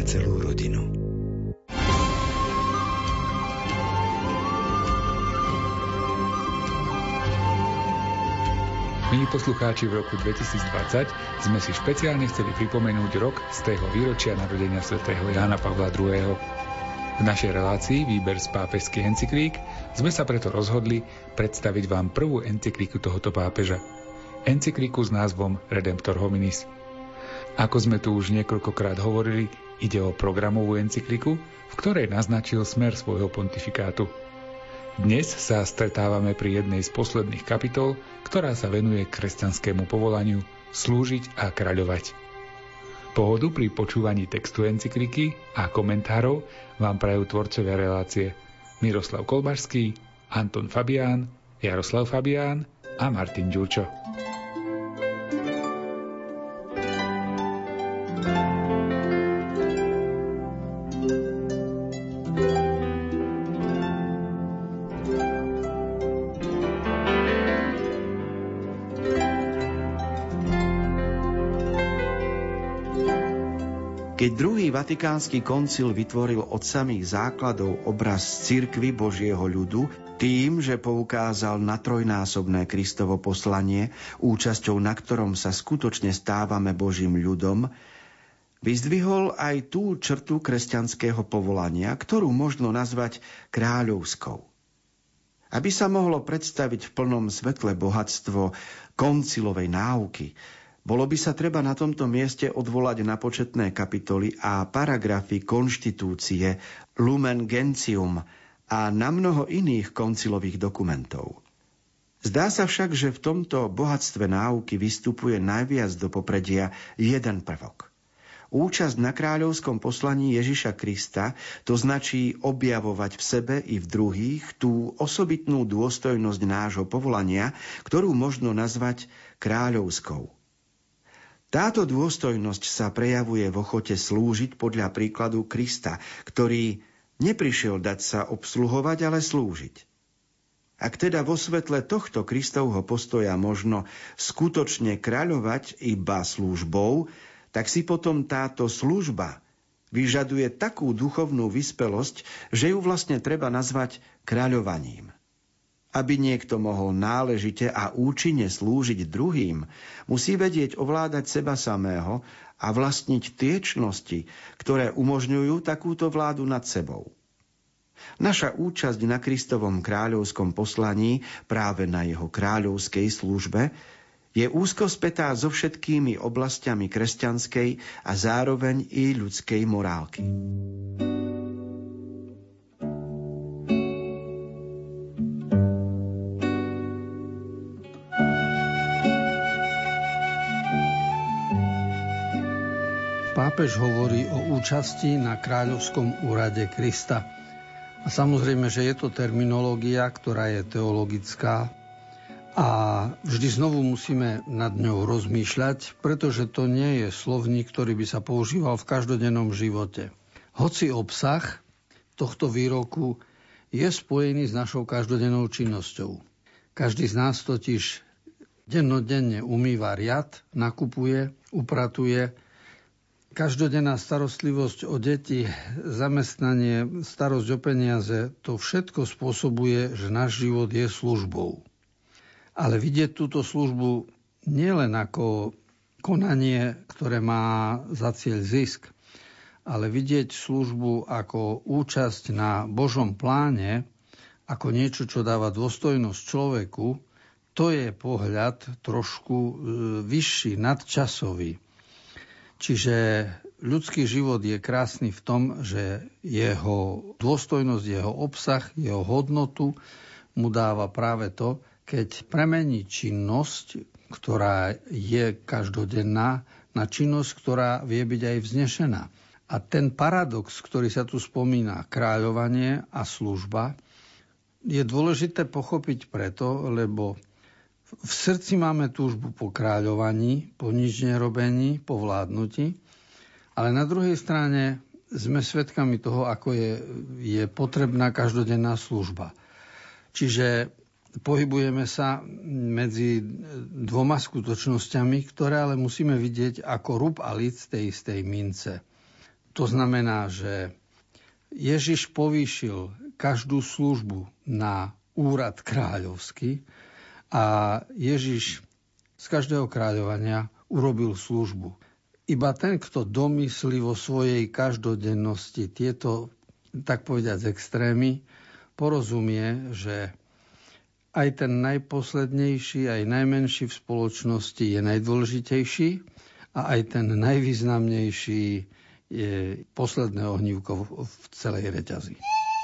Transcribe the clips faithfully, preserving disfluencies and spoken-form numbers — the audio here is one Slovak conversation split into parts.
na celú rodinu. Milí poslucháči, v roku dvetisícdvadsať sme si špeciálne chceli pripomenúť rok z tého výročia narodenia svätého Jána Pavla druhého. V našej relácii Výber z pápežských encyklík sme sa preto rozhodli predstaviť vám prvú encyklíku tohoto pápeža. Encyklíku s názvom Redemptor Hominis. Ako sme tu už niekoľkokrát hovorili, ide o programovú encyklíku, v ktorej naznačil smer svojho pontifikátu. Dnes sa stretávame pri jednej z posledných kapitol, ktorá sa venuje kresťanskému povolaniu slúžiť a kráľovať. Pohodu pri počúvaní textu encykliky a komentárov vám prajú tvorcovia relácie Miroslav Kolbašský, Anton Fabián, Jaroslav Fabián a Martin Ďurčo. Keď druhý vatikánsky koncil vytvoril od samých základov obraz cirkvi Božieho ľudu tým, že poukázal na trojnásobné Kristovo poslanie, účasťou na ktorom sa skutočne stávame Božím ľudom, vyzdvihol aj tú črtu kresťanského povolania, ktorú možno nazvať kráľovskou. Aby sa mohlo predstaviť v plnom svetle bohatstvo koncilovej náuky, bolo by sa treba na tomto mieste odvolať na početné kapitoly a paragrafy konštitúcie Lumen Gentium a na mnoho iných koncilových dokumentov. Zdá sa však, že v tomto bohatstve náuky vystupuje najviac do popredia jeden prvok. Účasť na kráľovskom poslaní Ježiša Krista, to značí objavovať v sebe i v druhých tú osobitnú dôstojnosť nášho povolania, ktorú možno nazvať kráľovskou. Táto dôstojnosť sa prejavuje v ochote slúžiť podľa príkladu Krista, ktorý neprišiel dať sa obsluhovať, ale slúžiť. Ak teda vo svetle tohto Kristovho postoja možno skutočne kráľovať iba službou, tak si potom táto služba vyžaduje takú duchovnú vyspelosť, že ju vlastne treba nazvať kráľovaním. Aby niekto mohol náležite a účinne slúžiť druhým, musí vedieť ovládať seba samého a vlastniť tie čnosti, ktoré umožňujú takúto vládu nad sebou. Naša účasť na Kristovom kráľovskom poslaní práve na jeho kráľovskej službe je úzko spätá so všetkými oblastiami kresťanskej a zároveň i ľudskej morálky. Pápež hovorí o účasti na kráľovskom úrade Krista. A samozrejme, že je to terminológia, ktorá je teologická a vždy znovu musíme nad ňou rozmýšľať, pretože to nie je slovník, ktorý by sa používal v každodennom živote. Hoci obsah tohto výroku je spojený s našou každodennou činnosťou. Každý z nás totiž dennodenne umýva riad, nakupuje, upratuje. Každodenná starostlivosť o deti, zamestnanie, starosť o peniaze, to všetko spôsobuje, že náš život je službou. Ale vidieť túto službu nielen ako konanie, ktoré má za cieľ zisk, ale vidieť službu ako účasť na Božom pláne, ako niečo, čo dáva dôstojnosť človeku, to je pohľad trošku vyšší, nadčasový. Čiže ľudský život je krásny v tom, že jeho dôstojnosť, jeho obsah, jeho hodnotu mu dáva práve to, keď premení činnosť, ktorá je každodenná, na činnosť, ktorá vie byť aj vznešená. A ten paradox, ktorý sa tu spomína, kráľovanie a služba, je dôležité pochopiť preto, lebo v srdci máme túžbu po kráľovaní, po nič nerobení, po vládnutí, ale na druhej strane sme svedkami toho, ako je, je potrebná každodenná služba. Čiže pohybujeme sa medzi dvoma skutočnosťami, ktoré ale musíme vidieť ako rub a líc tej istej mince. To znamená, že Ježiš povýšil každú službu na úrad kráľovský a Ježiš z každého kráľovania urobil službu. Iba ten, kto domyslí vo svojej každodennosti tieto, tak povedať, extrémy, porozumie, že aj ten najposlednejší, aj najmenší v spoločnosti je najdôležitejší a aj ten najvýznamnejší je posledné ohnívko v celej reťazi.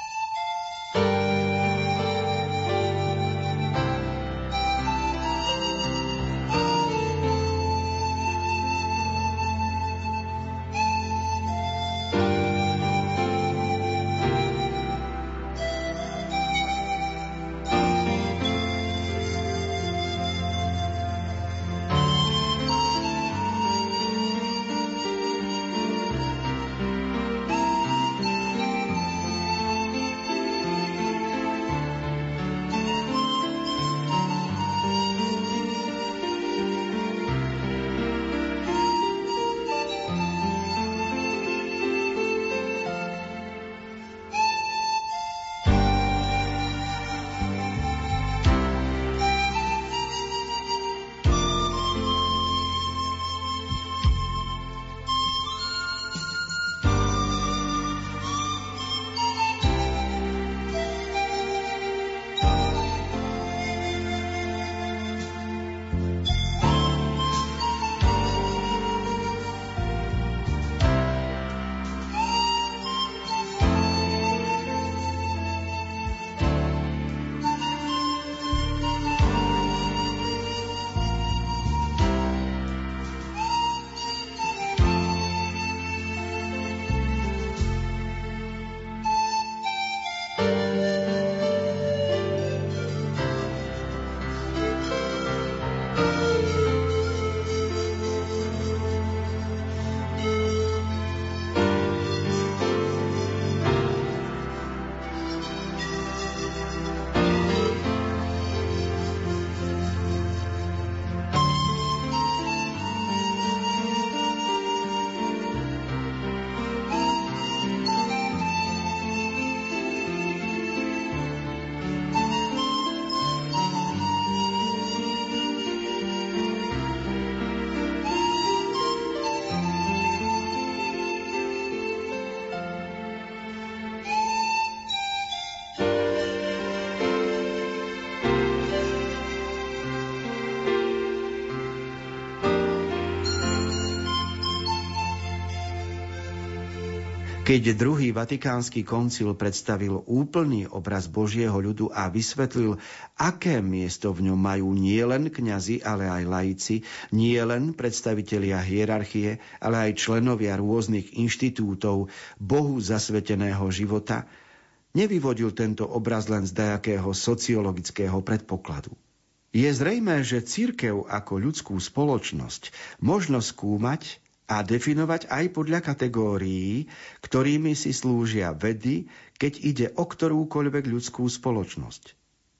Keď druhý vatikánsky koncil predstavil úplný obraz Božieho ľudu a vysvetlil, aké miesto v ňom majú nielen kňazi, ale aj laici, nielen predstavitelia hierarchie, ale aj členovia rôznych inštitútov Bohu zasveteného života, nevyvodil tento obraz len z dajakého sociologického predpokladu. Je zrejmé, že cirkev ako ľudskú spoločnosť možno skúmať a definovať aj podľa kategórií, ktorými si slúžia vedy, keď ide o ktorúkoľvek ľudskú spoločnosť.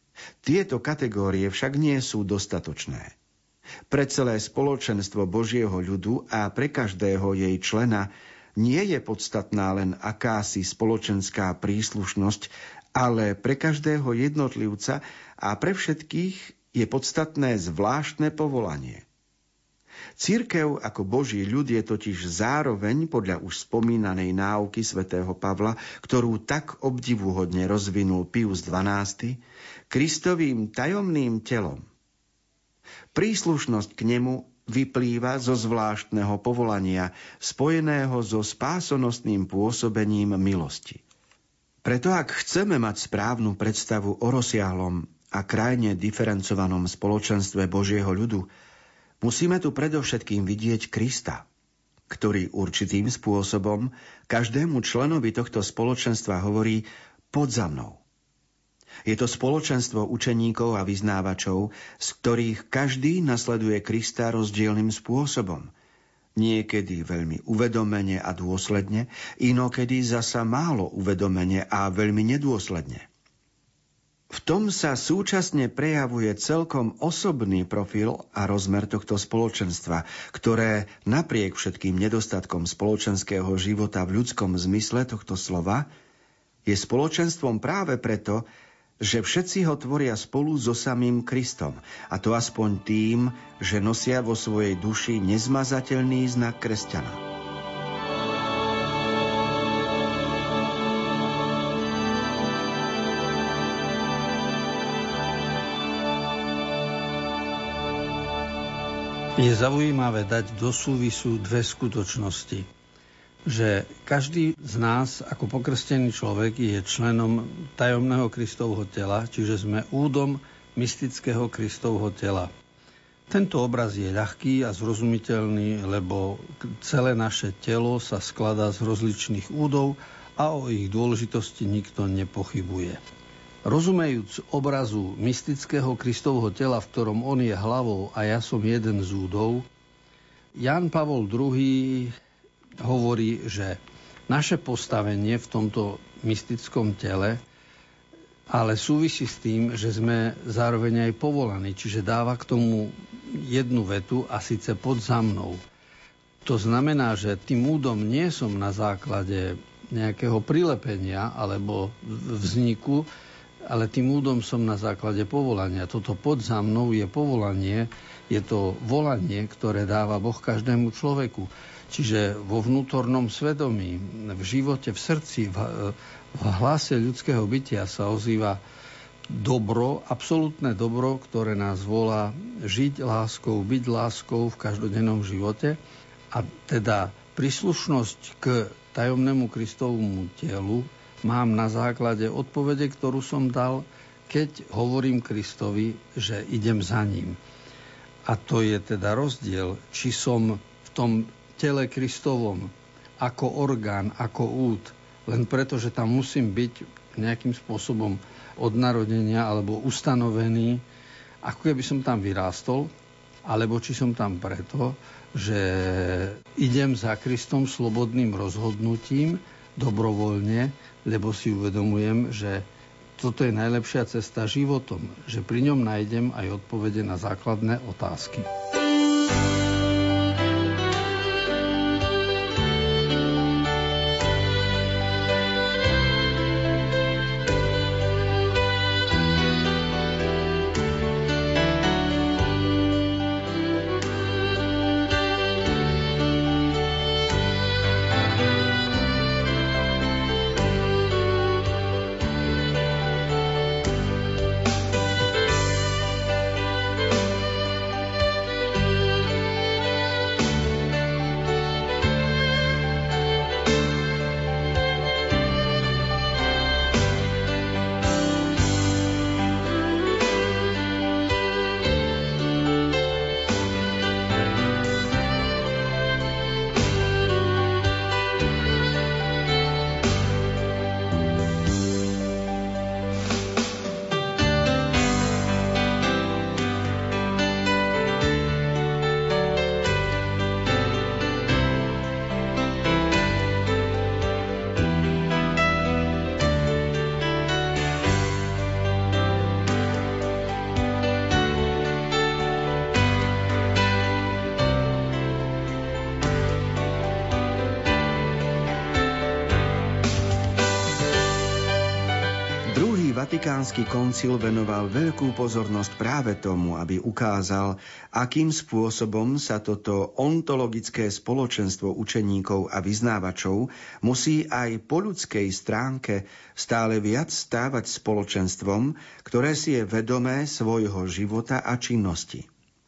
Tieto kategórie však nie sú dostatočné. Pre celé spoločenstvo Božieho ľudu a pre každého jej člena nie je podstatná len akási spoločenská príslušnosť, ale pre každého jednotlivca a pre všetkých je podstatné zvláštne povolanie. Cirkev ako Boží ľud je totiž zároveň podľa už spomínanej náuky svätého Pavla, ktorú tak obdivuhodne rozvinul Pius dvanásty, Kristovým tajomným telom. Príslušnosť k nemu vyplýva zo zvláštneho povolania, spojeného so spásonosným pôsobením milosti. Preto ak chceme mať správnu predstavu o rozsiahlom a krajne diferencovanom spoločenstve Božieho ľudu, musíme tu predovšetkým vidieť Krista, ktorý určitým spôsobom každému členovi tohto spoločenstva hovorí: poď za mnou. Je to spoločenstvo učeníkov a vyznávačov, z ktorých každý nasleduje Krista rozdielnym spôsobom. Niekedy veľmi uvedomene a dôsledne, inokedy zasa málo uvedomene a veľmi nedôsledne. V tom sa súčasne prejavuje celkom osobný profil a rozmer tohto spoločenstva, ktoré napriek všetkým nedostatkom spoločenského života v ľudskom zmysle tohto slova je spoločenstvom práve preto, že všetci ho tvoria spolu so samým Kristom, a to aspoň tým, že nosia vo svojej duši nezmazateľný znak kresťana. Je zaujímavé dať do súvisu dve skutočnosti. Že každý z nás ako pokrstený človek je členom tajomného Kristovho tela, čiže sme údom mystického Kristovho tela. Tento obraz je ľahký a zrozumiteľný, lebo celé naše telo sa skladá z rozličných údov a o ich dôležitosti nikto nepochybuje. Rozumejúc obrazu mystického Kristovho tela, v ktorom on je hlavou a ja som jeden z údov, Ján Pavol druhý. hovorí, že naše postavenie v tomto mystickom tele ale súvisí s tým, že sme zároveň aj povolaní, čiže dáva k tomu jednu vetu a síce pod za mnou. To znamená, že tým údom nie som na základe nejakého prilepenia alebo vzniku, ale tým údom som na základe povolania. Toto pod za mnou je povolanie, je to volanie, ktoré dáva Boh každému človeku. Čiže vo vnútornom svedomí, v živote, v srdci, v, v hlase ľudského bytia sa ozýva dobro, absolútne dobro, ktoré nás volá žiť láskou, byť láskou v každodennom živote. A teda príslušnosť k tajomnému Kristovmu telu mám na základe odpovede, ktorú som dal, keď hovorím Kristovi, že idem za ním. A to je teda rozdiel, či som v tom tele Kristovom ako orgán, ako úd, len preto, že tam musím byť nejakým spôsobom od narodenia alebo ustanovený, ako keby som tam vyrástol, alebo či som tam preto, že idem za Kristom slobodným rozhodnutím, dobrovoľne, lebo si uvedomujem, že toto je najlepšia cesta životom, že pri ňom nájdem aj odpovede na základné otázky. Vatikánsky koncil venoval veľkú pozornosť práve tomu, aby ukázal, akým spôsobom sa toto ontologické spoločenstvo učeníkov a vyznávačov musí aj po ľudskej stránke stále viac stávať spoločenstvom, ktoré si je vedomé svojho života a činnosti.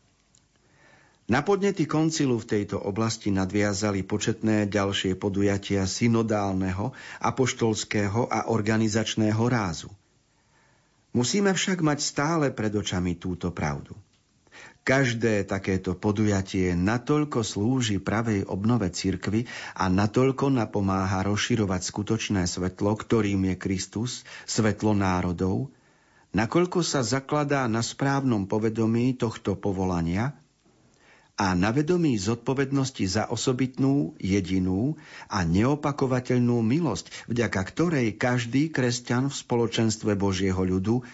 Na podnety koncilu v tejto oblasti nadviazali početné ďalšie podujatia synodálneho, apoštolského a organizačného rázu. Musíme však mať stále pred očami túto pravdu. Každé takéto podujatie natoľko slúži pravej obnove cirkvi a natoľko napomáha rozširovať skutočné svetlo, ktorým je Kristus, svetlo národov, nakoľko sa zakladá na správnom povedomí tohto povolania a na vedomí zodpovednosti za osobitnú, jedinú a neopakovateľnú milosť, vďaka ktorej každý kresťan v spoločenstve Božieho ľudu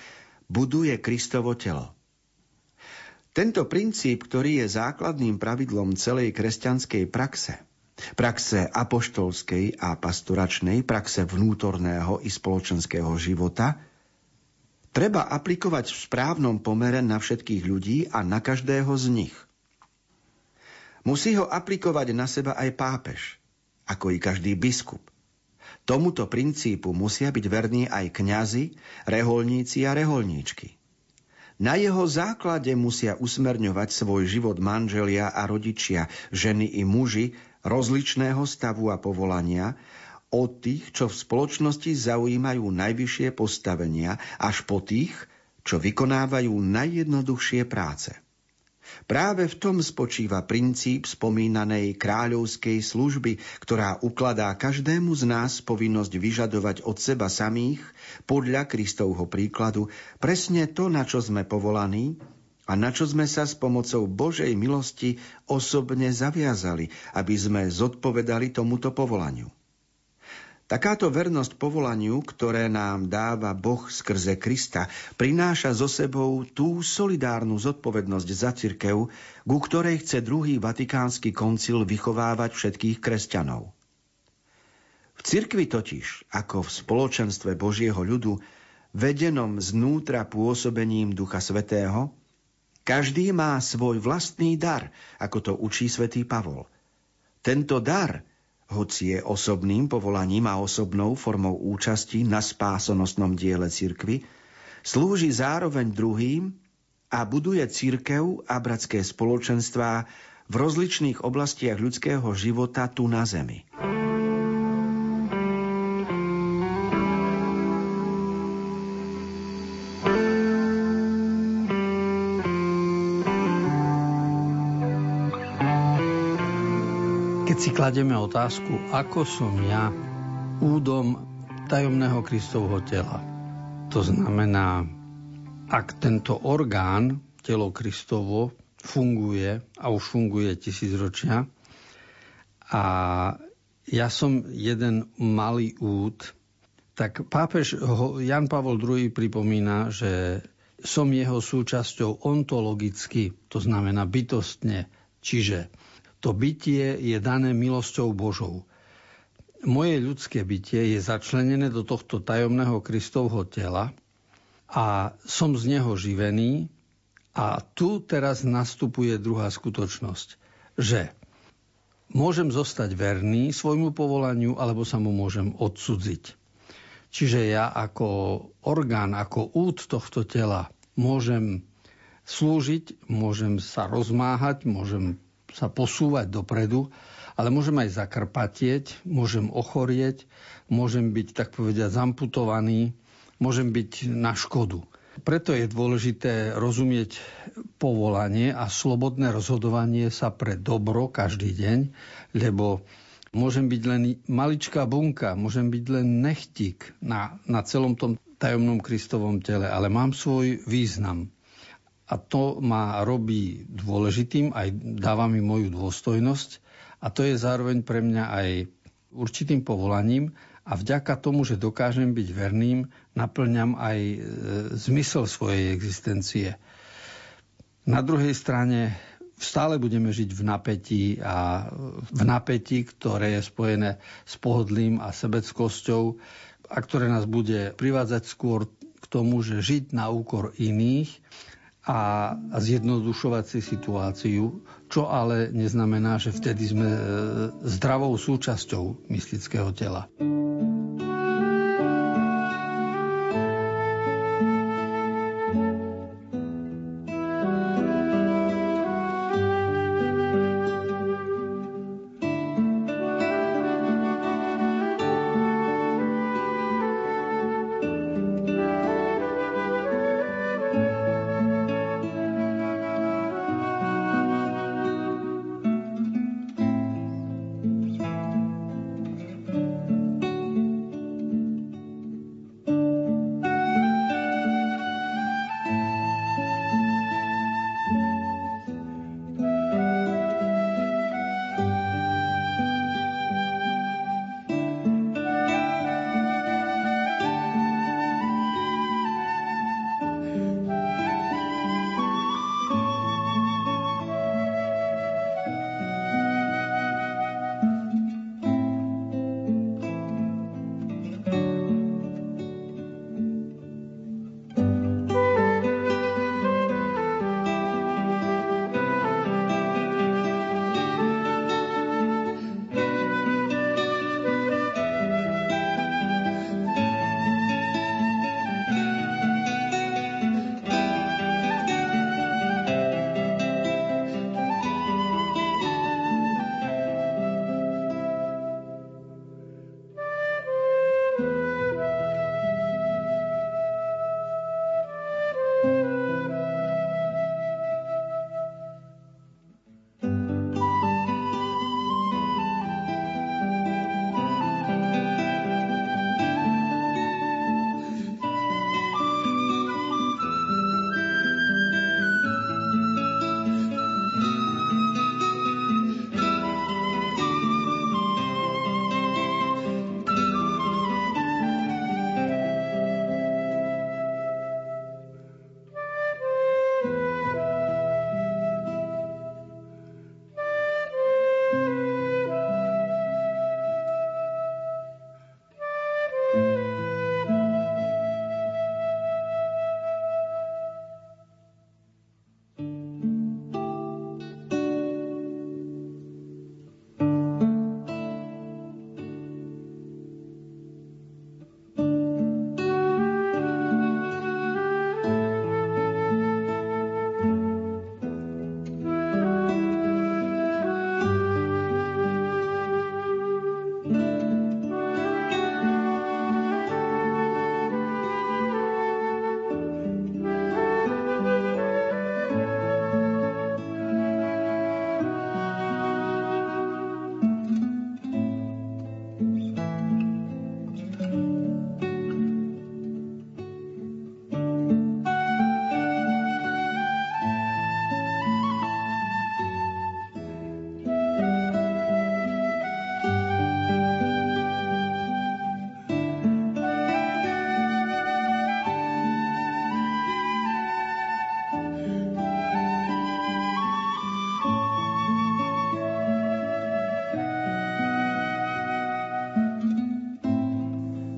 buduje Kristovo telo. Tento princíp, ktorý je základným pravidlom celej kresťanskej praxe, praxe apoštolskej a pastoračnej, praxe vnútorného i spoločenského života, treba aplikovať v správnom pomere na všetkých ľudí a na každého z nich. Musí ho aplikovať na seba aj pápež, ako i každý biskup. Tomuto princípu musia byť verní aj kňazi, reholníci a reholníčky. Na jeho základe musia usmerňovať svoj život manželia a rodičia, ženy i muži rozličného stavu a povolania, od tých, čo v spoločnosti zaujímajú najvyššie postavenia, až po tých, čo vykonávajú najjednoduchšie práce. Práve v tom spočíva princíp spomínanej kráľovskej služby, ktorá ukladá každému z nás povinnosť vyžadovať od seba samých, podľa Kristovho príkladu, presne to, na čo sme povolaní a na čo sme sa s pomocou Božej milosti osobne zaviazali, aby sme zodpovedali tomuto povolaniu. Takáto vernosť povolaniu, ktoré nám dáva Boh skrze Krista, prináša so sebou tú solidárnu zodpovednosť za cirkev, ku ktorej chce druhý Vatikánsky koncil vychovávať všetkých kresťanov. V cirkvi totiž, ako v spoločenstve Božieho ľudu, vedenom znútra pôsobením Ducha Svätého, každý má svoj vlastný dar, ako to učí svätý Pavol. Tento dar, hoci je osobným povolaním a osobnou formou účasti na spásonosnom diele cirkvi, slúži zároveň druhým a buduje cirkev a bratské spoločenstvá v rozličných oblastiach ľudského života tu na zemi. Keď si kladieme otázku, ako som ja údom tajomného Kristovho tela, to znamená, ak tento orgán, telo Kristovo, funguje a už funguje tisícročia a ja som jeden malý úd, tak pápež Jan Pavol druhý pripomína, že som jeho súčasťou ontologicky, to znamená bytostne, čiže to bytie je dané milosťou Božou. Moje ľudské bytie je začlenené do tohto tajomného Kristovho tela a som z neho živený a tu teraz nastupuje druhá skutočnosť, že môžem zostať verný svojmu povolaniu alebo sa mu môžem odcudziť. Čiže ja ako orgán, ako úd tohto tela môžem slúžiť, môžem sa rozmáhať, môžem sa posúvať dopredu, ale môžem aj zakrpatieť, môžem ochorieť, môžem byť, tak povediať, zamputovaný, môžem byť na škodu. Preto je dôležité rozumieť povolanie a slobodné rozhodovanie sa pre dobro každý deň, lebo môžem byť len maličká bunka, môžem byť len nechtík na, na celom tom tajomnom Kristovom tele, ale mám svoj význam. A to ma robí dôležitým, aj dáva mi moju dôstojnosť a to je zároveň pre mňa aj určitým povolaním a vďaka tomu, že dokážem byť verným, naplňam aj e, zmysel svojej existencie. Na druhej strane stále budeme žiť v napätí a v napätí, ktoré je spojené s pohodlím a sebeckosťou a ktoré nás bude privádzať skôr k tomu, že žiť na úkor iných a zjednodušovať si situáciu, čo ale neznamená, že vtedy sme zdravou súčasťou mystického tela.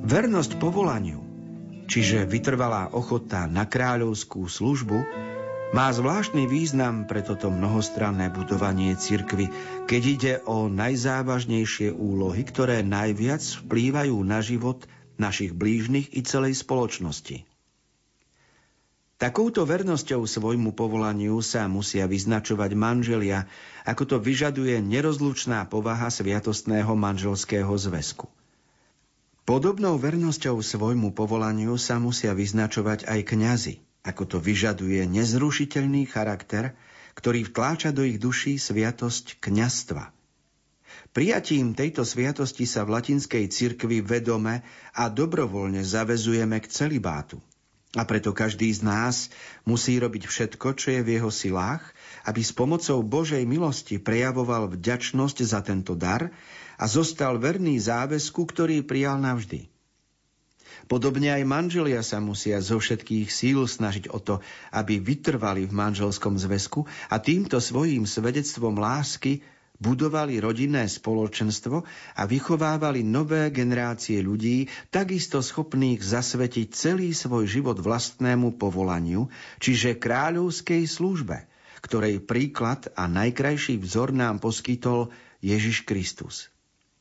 Vernosť povolaniu, čiže vytrvalá ochota na kráľovskú službu, má zvláštny význam pre toto mnohostranné budovanie cirkvi, keď ide o najzávažnejšie úlohy, ktoré najviac vplývajú na život našich blížnych i celej spoločnosti. Takouto vernosťou svojmu povolaniu sa musia vyznačovať manželia, ako to vyžaduje nerozlučná povaha sviatostného manželského zväzku. Podobnou vernosťou svojmu povolaniu sa musia vyznačovať aj kňazi, ako to vyžaduje nezrušiteľný charakter, ktorý vtláča do ich duší sviatosť kňazstva. Prijatím tejto sviatosti sa v latinskej cirkvi vedome a dobrovoľne zavezujeme k celibátu. A preto každý z nás musí robiť všetko, čo je v jeho silách, aby s pomocou Božej milosti prejavoval vďačnosť za tento dar a zostal verný záväzku, ktorý prijal navždy. Podobne aj manželia sa musia zo všetkých síl snažiť o to, aby vytrvali v manželskom zväzku a týmto svojím svedectvom lásky budovali rodinné spoločenstvo a vychovávali nové generácie ľudí, takisto schopných zasvetiť celý svoj život vlastnému povolaniu, čiže kráľovskej službe, ktorej príklad a najkrajší vzor nám poskytol Ježiš Kristus.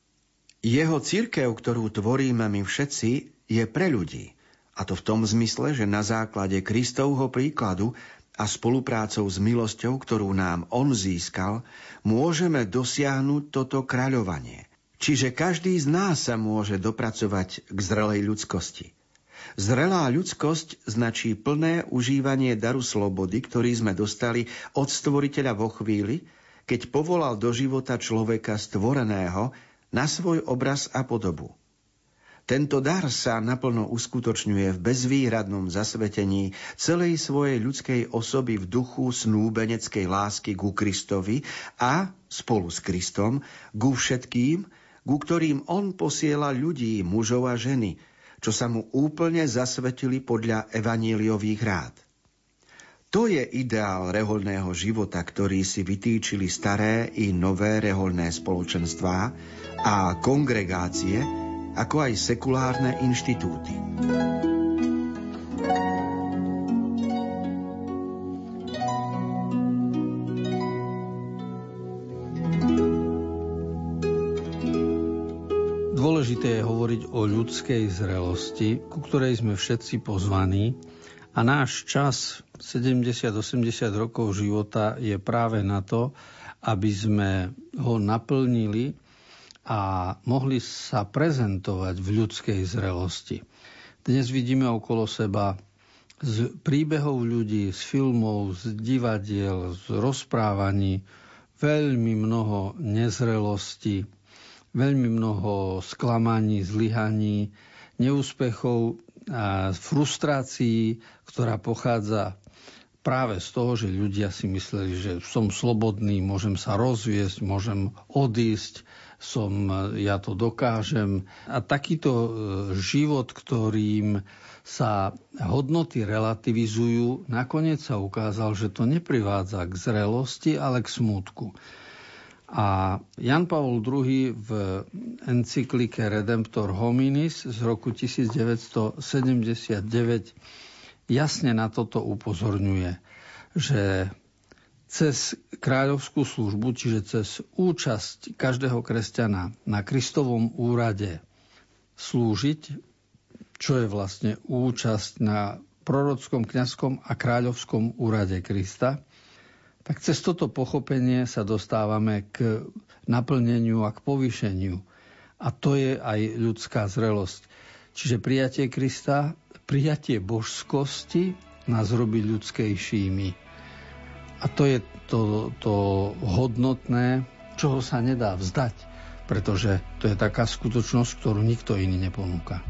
Jeho cirkev, ktorú tvoríme my všetci, je pre ľudí. A to v tom zmysle, že na základe Kristovho príkladu a spoluprácou s milosťou, ktorú nám on získal, môžeme dosiahnuť toto kráľovanie. Čiže každý z nás sa môže dopracovať k zrelej ľudskosti. Zrelá ľudskosť značí plné užívanie daru slobody, ktorý sme dostali od Stvoriteľa vo chvíli, keď povolal do života človeka stvoreného na svoj obraz a podobu. Tento dar sa naplno uskutočňuje v bezvýhradnom zasvetení celej svojej ľudskej osoby v duchu snúbeneckej lásky ku Kristovi a spolu s Kristom ku všetkým, ku ktorým on posiela ľudí, mužov a ženy, čo sa mu úplne zasvetili podľa evanjeliových rád. To je ideál rehoľného života, ktorý si vytýčili staré i nové rehoľné spoločenstvá a kongregácie, ako aj sekulárne inštitúty. Dôležité je hovoriť o ľudskej zrelosti, ku ktorej sme všetci pozvaní, a náš čas sedemdesiat osemdesiat rokov života je práve na to, aby sme ho naplnili a mohli sa prezentovať v ľudskej zrelosti. Dnes vidíme okolo seba z príbehov ľudí, z filmov, z divadiel, z rozprávaní veľmi mnoho nezrelosti, veľmi mnoho sklamaní, zlyhaní, neúspechov a frustrácií, ktorá pochádza práve z toho, že ľudia si mysleli, že som slobodný, môžem sa rozviesť, môžem odísť, som, ja to dokážem. A takýto život, ktorým sa hodnoty relativizujú, nakoniec sa ukázal, že to neprivádza k zrelosti, ale k smútku. A Jan Pavol druhý v encyklike Redemptor Hominis z roku devätnásťsedemdesiatdeväť jasne na toto upozorňuje, že cez kráľovskú službu, čiže cez účasť každého kresťana na Kristovom úrade slúžiť, čo je vlastne účasť na prorockom, kňazskom a kráľovskom úrade Krista, tak cez toto pochopenie sa dostávame k naplneniu a k povýšeniu. A to je aj ľudská zrelosť. Čiže prijatie Krista, prijatie božskosti nás robí ľudskejšími. A to je to, to hodnotné, čoho sa nedá vzdať, pretože to je taká skutočnosť, ktorú nikto iný neponúka.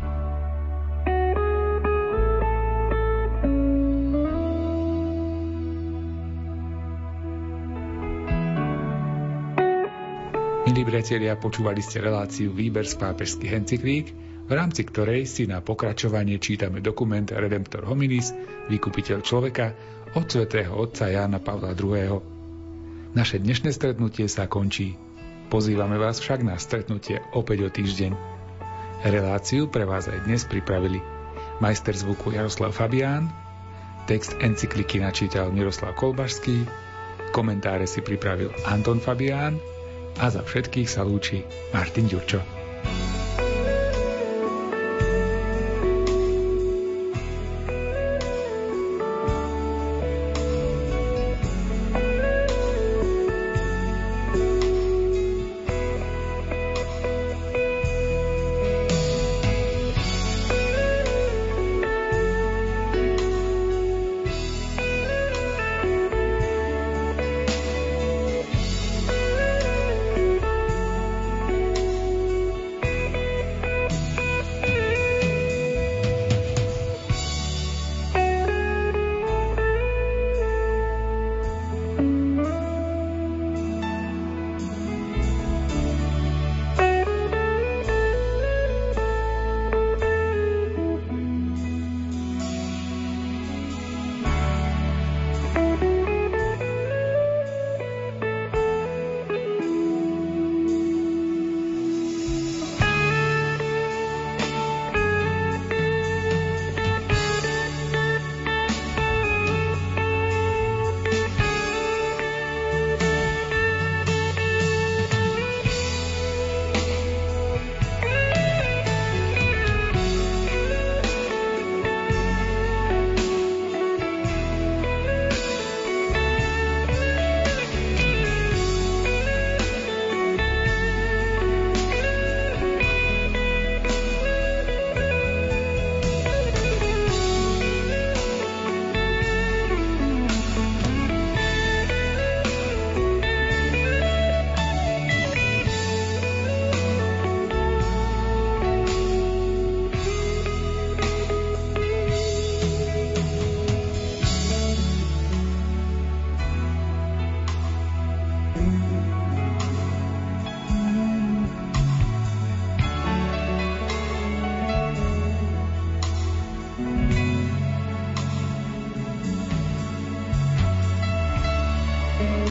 Milí priatelia, počúvali ste reláciu Výber z pápežských encyklík, v rámci ktorej si na pokračovanie čítame dokument Redemptor Hominis, Vykupiteľ človeka, od svätého otca Jána Pavla druhého. Naše dnešné stretnutie sa končí. Pozývame vás však na stretnutie opäť o týždeň. Reláciu pre vás aj dnes pripravili majster zvuku Jaroslav Fabián, text encykliky načítal Miroslav Kolbašský, komentáre si pripravil Anton Fabián a za všetkých sa lúči Martin Ďurčo. thank you